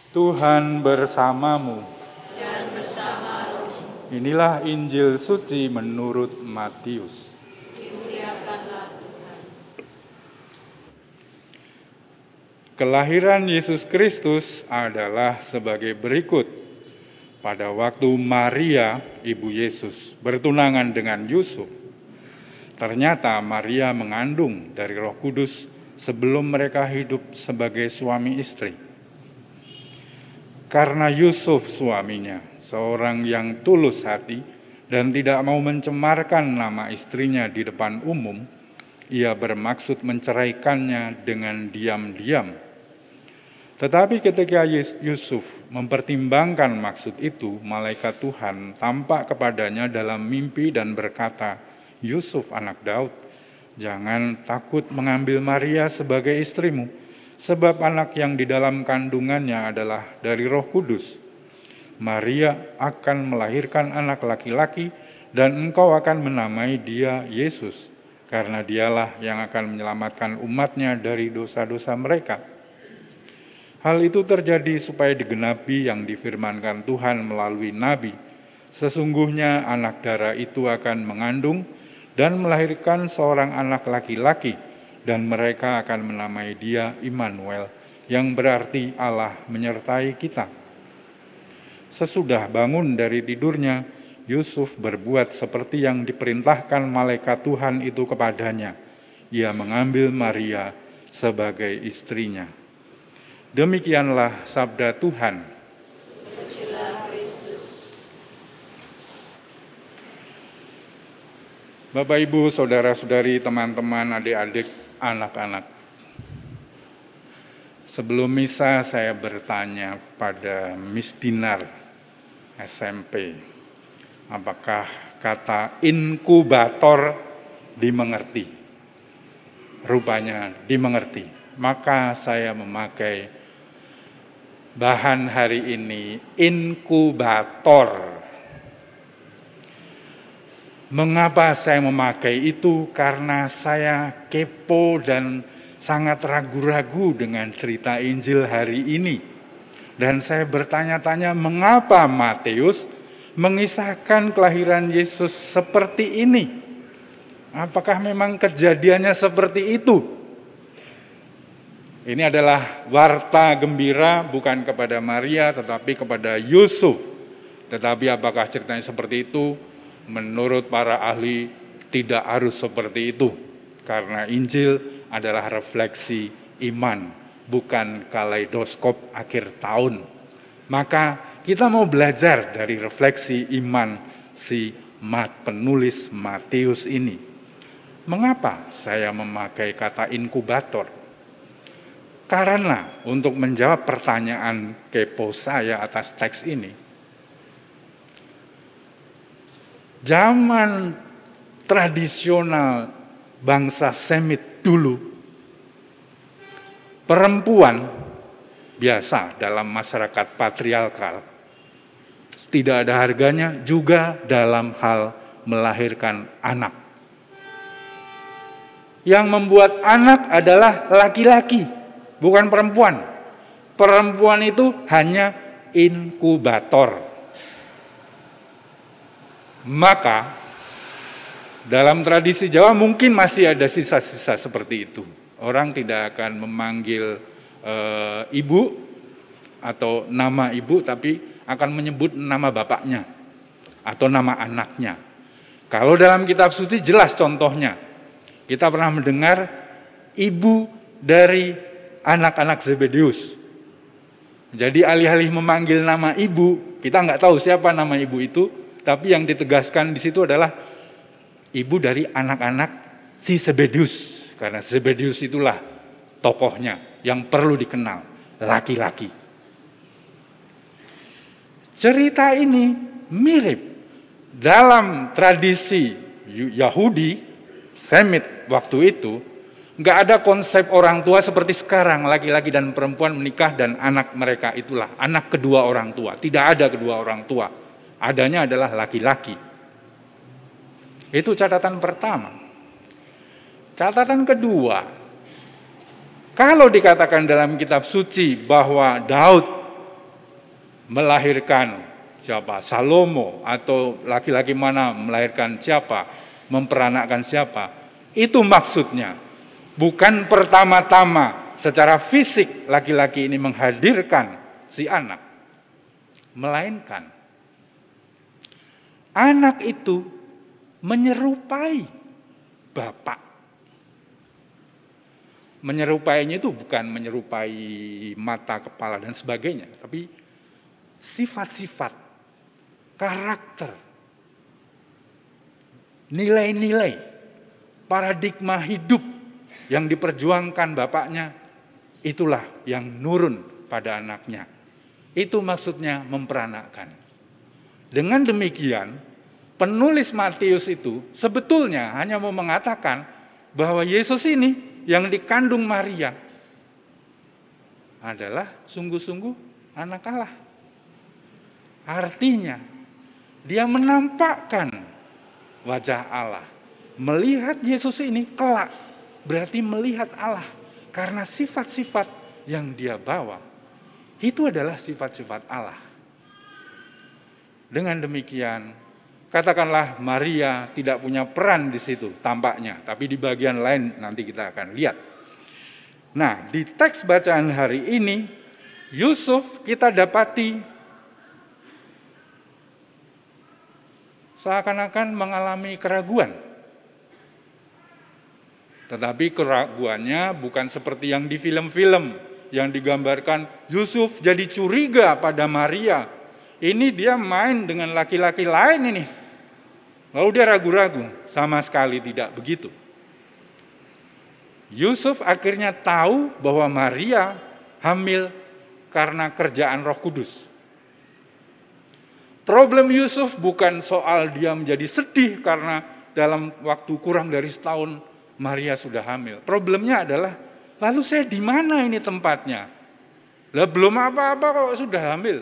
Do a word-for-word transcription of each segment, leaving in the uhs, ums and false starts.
Tuhan bersamamu. Dan bersama roh. Inilah Injil suci menurut Matius. Dimuliakanlah Tuhan. Kelahiran Yesus Kristus adalah sebagai berikut. Pada waktu Maria, ibu Yesus, bertunangan dengan Yusuf, ternyata Maria mengandung dari Roh Kudus sebelum mereka hidup sebagai suami istri. Karena Yusuf suaminya, seorang yang tulus hati dan tidak mau mencemarkan nama istrinya di depan umum, ia bermaksud menceraikannya dengan diam-diam. Tetapi ketika Yusuf mempertimbangkan maksud itu, malaikat Tuhan tampak kepadanya dalam mimpi dan berkata, "Yusuf anak Daud, jangan takut mengambil Maria sebagai istrimu, sebab anak yang di dalam kandungannya adalah dari Roh Kudus. Maria akan melahirkan anak laki-laki dan engkau akan menamai dia Yesus, karena dialah yang akan menyelamatkan umatnya dari dosa-dosa mereka." Hal itu terjadi supaya digenapi yang difirmankan Tuhan melalui nabi. Sesungguhnya anak darah itu akan mengandung dan melahirkan seorang anak laki-laki, dan mereka akan menamai dia Immanuel, yang berarti Allah menyertai kita. Sesudah bangun dari tidurnya, Yusuf berbuat seperti yang diperintahkan malaikat Tuhan itu kepadanya. Ia mengambil Maria sebagai istrinya. Demikianlah sabda Tuhan. Terpujilah Kristus. Bapak, Ibu, saudara-saudari, teman-teman, adik-adik, anak-anak. Sebelum misa saya bertanya pada Miss Dinar S M P, apakah kata inkubator dimengerti? Rupanya dimengerti. Maka saya memakai bahan hari ini, inkubator. Mengapa saya memakai itu? Karena saya kepo dan sangat ragu-ragu dengan cerita Injil hari ini. Dan saya bertanya-tanya, mengapa Matius mengisahkan kelahiran Yesus seperti ini? Apakah memang kejadiannya seperti itu? Ini adalah warta gembira bukan kepada Maria tetapi kepada Yusuf. Tetapi apakah ceritanya seperti itu? Menurut para ahli tidak harus seperti itu. Karena Injil adalah refleksi iman, bukan kaleidoskop akhir tahun. Maka kita mau belajar dari refleksi iman si penulis Matius ini. Mengapa saya memakai kata inkubator? Karena untuk menjawab pertanyaan kepo saya atas teks ini, zaman tradisional bangsa Semit dulu, perempuan biasa dalam masyarakat patriarkal tidak ada harganya juga dalam hal melahirkan anak. Yang membuat anak adalah laki-laki, bukan perempuan. Perempuan itu hanya inkubator. Maka dalam tradisi Jawa mungkin masih ada sisa-sisa seperti itu. Orang tidak akan memanggil e, ibu atau nama ibu, tapi akan menyebut nama bapaknya atau nama anaknya. Kalau dalam kitab suci jelas contohnya. Kita pernah mendengar ibu dari anak-anak Zebedeus. Jadi alih-alih memanggil nama ibu, kita nggak tahu siapa nama ibu itu, tapi yang ditegaskan di situ adalah ibu dari anak-anak si Zebedeus. Karena Zebedeus itulah tokohnya yang perlu dikenal, laki-laki. Cerita ini mirip dalam tradisi Yahudi, Semit waktu itu, nggak ada konsep orang tua seperti sekarang, laki-laki dan perempuan menikah dan anak mereka itulah anak kedua orang tua. Tidak ada kedua orang tua, adanya adalah laki-laki. Itu catatan pertama. Catatan kedua, kalau dikatakan dalam kitab suci bahwa Daud melahirkan siapa? Salomo, atau laki-laki mana melahirkan siapa? Memperanakkan siapa? Itu maksudnya. Bukan pertama-tama secara fisik laki-laki ini menghadirkan si anak. Melainkan anak itu menyerupai bapak. Menyerupainya itu bukan menyerupai mata, kepala, dan sebagainya. Tapi sifat-sifat, karakter, nilai-nilai, paradigma hidup yang diperjuangkan bapaknya, itulah yang nurun pada anaknya. Itu maksudnya memperanakkan. Dengan demikian, penulis Matius itu sebetulnya hanya mau mengatakan bahwa Yesus ini yang dikandung Maria adalah sungguh-sungguh anak Allah. Artinya, dia menampakkan wajah Allah. Melihat Yesus ini kelak, berarti melihat Allah. Karena sifat-sifat yang dia bawa, itu adalah sifat-sifat Allah. Dengan demikian, katakanlah Maria tidak punya peran di situ tampaknya, tapi di bagian lain nanti kita akan lihat. Nah, di teks bacaan hari ini, Yusuf kita dapati seakan-akan mengalami keraguan. Tetapi keraguannya bukan seperti yang di film-film yang digambarkan Yusuf jadi curiga pada Maria. Ini dia main dengan laki-laki lain ini. Lalu dia ragu-ragu, sama sekali tidak begitu. Yusuf akhirnya tahu bahwa Maria hamil karena kerjaan Roh Kudus. Problem Yusuf bukan soal dia menjadi sedih karena dalam waktu kurang dari setahun Maria sudah hamil. Problemnya adalah, lalu saya di mana ini tempatnya? Lah belum apa-apa kok sudah hamil.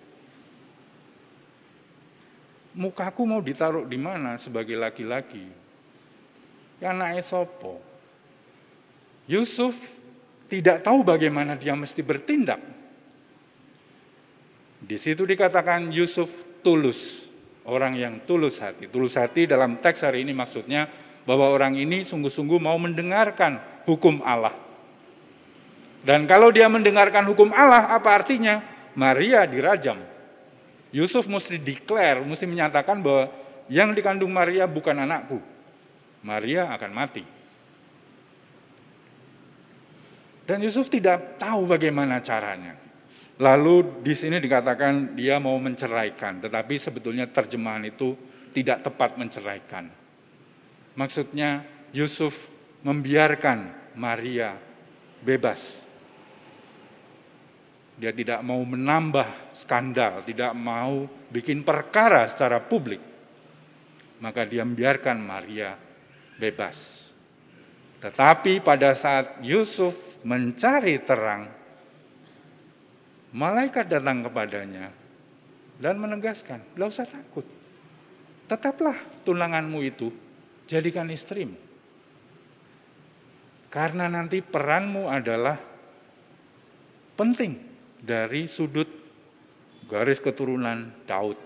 Mukaku mau ditaruh di mana sebagai laki-laki? Ya anaknya sopo. Yusuf tidak tahu bagaimana dia mesti bertindak. Di situ dikatakan Yusuf tulus, orang yang tulus hati. Tulus hati dalam teks hari ini maksudnya bahwa orang ini sungguh-sungguh mau mendengarkan hukum Allah. Dan kalau dia mendengarkan hukum Allah, apa artinya? Maria dirajam. Yusuf mesti declare, mesti menyatakan bahwa yang dikandung Maria bukan anakku. Maria akan mati. Dan Yusuf tidak tahu bagaimana caranya. Lalu di sini dikatakan dia mau menceraikan, tetapi sebetulnya terjemahan itu tidak tepat menceraikan. Maksudnya Yusuf membiarkan Maria bebas. Dia tidak mau menambah skandal, tidak mau bikin perkara secara publik. Maka dia membiarkan Maria bebas. Tetapi pada saat Yusuf mencari terang, malaikat datang kepadanya dan menegaskan, "Tidak usah takut. Tetaplah tunanganmu itu, jadikan istrimu. Karena nanti peranmu adalah penting dari sudut garis keturunan Daud."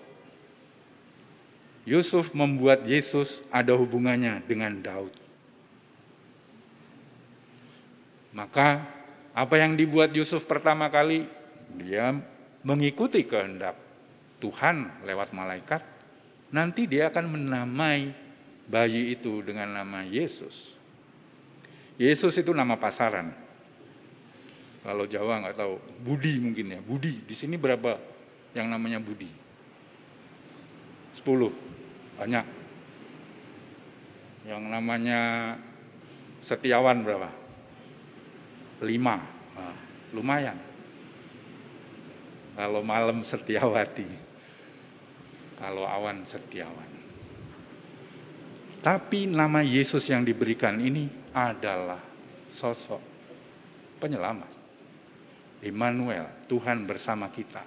Yusuf membuat Yesus ada hubungannya dengan Daud. Maka apa yang dibuat Yusuf pertama kali? Dia mengikuti kehendak Tuhan lewat malaikat. Nanti dia akan menamai bayi itu dengan nama Yesus. Yesus itu nama pasaran. Kalau Jawa nggak tahu, Budi mungkin ya. Budi, di sini berapa yang namanya Budi? Sepuluh, banyak. Yang namanya Setiawan berapa? Lima, nah, lumayan. Kalau malam Setiawati, kalau awan Setiawan. Tapi nama Yesus yang diberikan ini adalah sosok penyelamat. Immanuel, Tuhan bersama kita.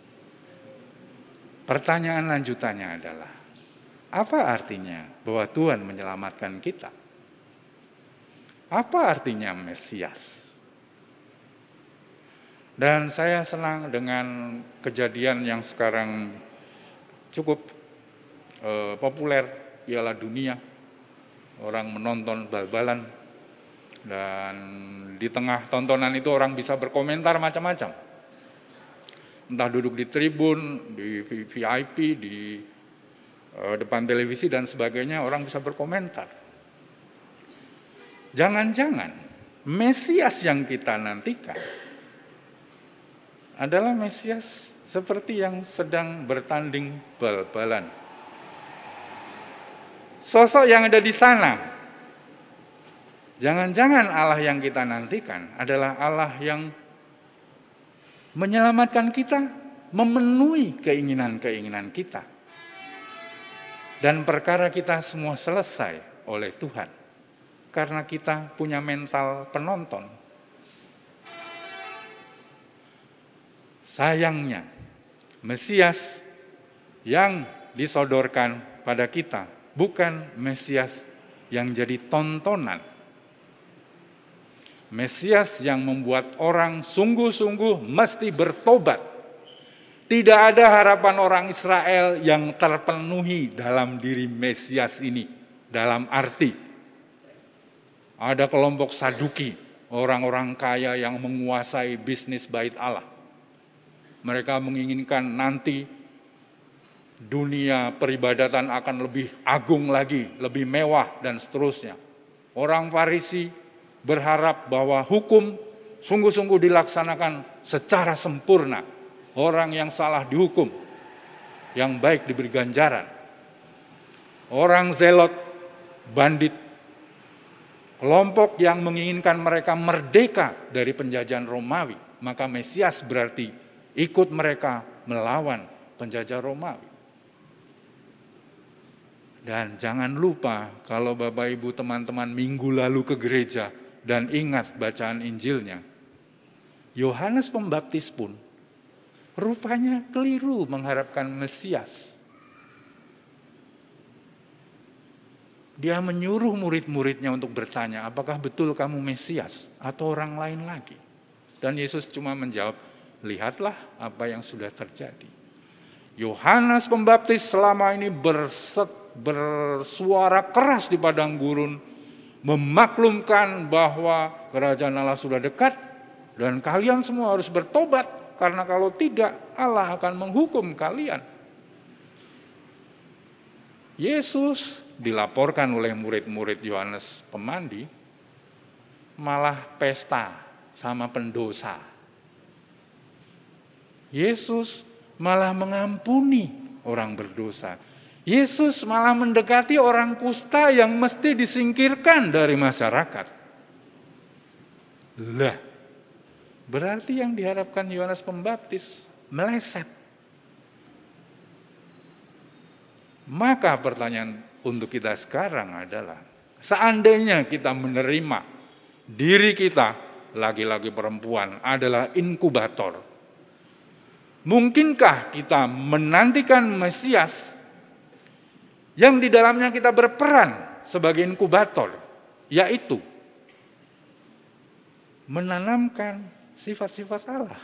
Pertanyaan lanjutannya adalah, apa artinya bahwa Tuhan menyelamatkan kita? Apa artinya Mesias? Dan saya senang dengan kejadian yang sekarang cukup eh, populer, Piala Dunia. Orang menonton bal-balan dan di tengah tontonan itu orang bisa berkomentar macam-macam. Entah duduk di tribun, di V I P, di eh, depan televisi dan sebagainya, orang bisa berkomentar. Jangan-jangan Mesias yang kita nantikan adalah Mesias seperti yang sedang bertanding bal-balan. Sosok yang ada di sana, jangan-jangan Allah yang kita nantikan adalah Allah yang menyelamatkan kita, memenuhi keinginan-keinginan kita. Dan perkara kita semua selesai oleh Tuhan. Karena kita punya mental penonton. Sayangnya, Mesias yang disodorkan pada kita bukan Mesias yang jadi tontonan. Mesias yang membuat orang sungguh-sungguh mesti bertobat. Tidak ada harapan orang Israel yang terpenuhi dalam diri Mesias ini. Dalam arti, ada kelompok Saduki, orang-orang kaya yang menguasai bisnis bait Allah. Mereka menginginkan nanti dunia peribadatan akan lebih agung lagi, lebih mewah dan seterusnya. Orang Farisi berharap bahwa hukum sungguh-sungguh dilaksanakan secara sempurna. Orang yang salah dihukum, yang baik diberi ganjaran. Orang Zelot, bandit, kelompok yang menginginkan mereka merdeka dari penjajahan Romawi. Maka Mesias berarti ikut mereka melawan penjajah Romawi. Dan jangan lupa kalau Bapak Ibu teman-teman minggu lalu ke gereja dan ingat bacaan Injilnya, Yohanes Pembaptis pun rupanya keliru mengharapkan Mesias. Dia menyuruh murid-muridnya untuk bertanya, apakah betul kamu Mesias atau orang lain lagi? Dan Yesus cuma menjawab, lihatlah apa yang sudah terjadi. Yohanes Pembaptis selama ini berset, bersuara keras di padang gurun, memaklumkan bahwa kerajaan Allah sudah dekat dan kalian semua harus bertobat karena kalau tidak Allah akan menghukum kalian. Yesus dilaporkan oleh murid-murid Yohanes Pemandi malah pesta sama pendosa. Yesus malah mengampuni orang berdosa. Yesus malah mendekati orang kusta yang mesti disingkirkan dari masyarakat. Lah, berarti yang diharapkan Yohanes Pembaptis meleset. Maka pertanyaan untuk kita sekarang adalah, seandainya kita menerima diri kita, laki-laki perempuan, adalah inkubator, mungkinkah kita menantikan Mesias yang di dalamnya kita berperan sebagai inkubator, yaitu menanamkan sifat-sifat Allah,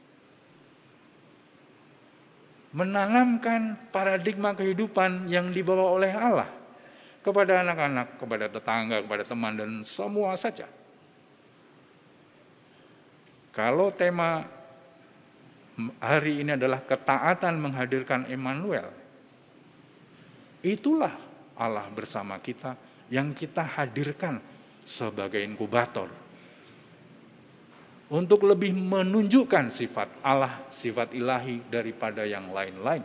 menanamkan paradigma kehidupan yang dibawa oleh Allah kepada anak-anak, kepada tetangga, kepada teman, dan semua saja. Kalau tema hari ini adalah ketaatan menghadirkan Immanuel, itulah Allah bersama kita yang kita hadirkan sebagai inkubator untuk lebih menunjukkan sifat Allah, sifat ilahi daripada yang lain-lain.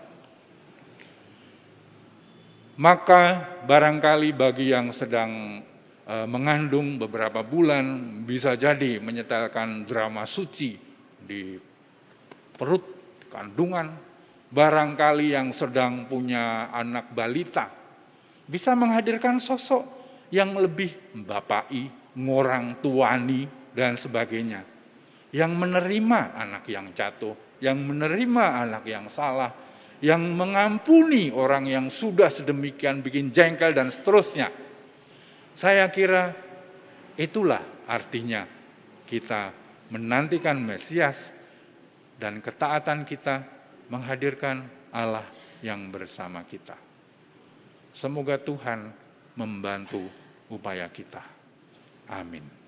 Maka barangkali bagi yang sedang e, mengandung beberapa bulan bisa jadi menyetelkan drama suci di perut kandungan. Barangkali yang sedang punya anak balita bisa menghadirkan sosok yang lebih membapai, ngorang tuani dan sebagainya. Yang menerima anak yang jatuh, yang menerima anak yang salah, yang mengampuni orang yang sudah sedemikian bikin jengkel dan seterusnya. Saya kira itulah artinya kita menantikan Mesias dan ketaatan kita menghadirkan Allah yang bersama kita. Semoga Tuhan membantu upaya kita. Amin.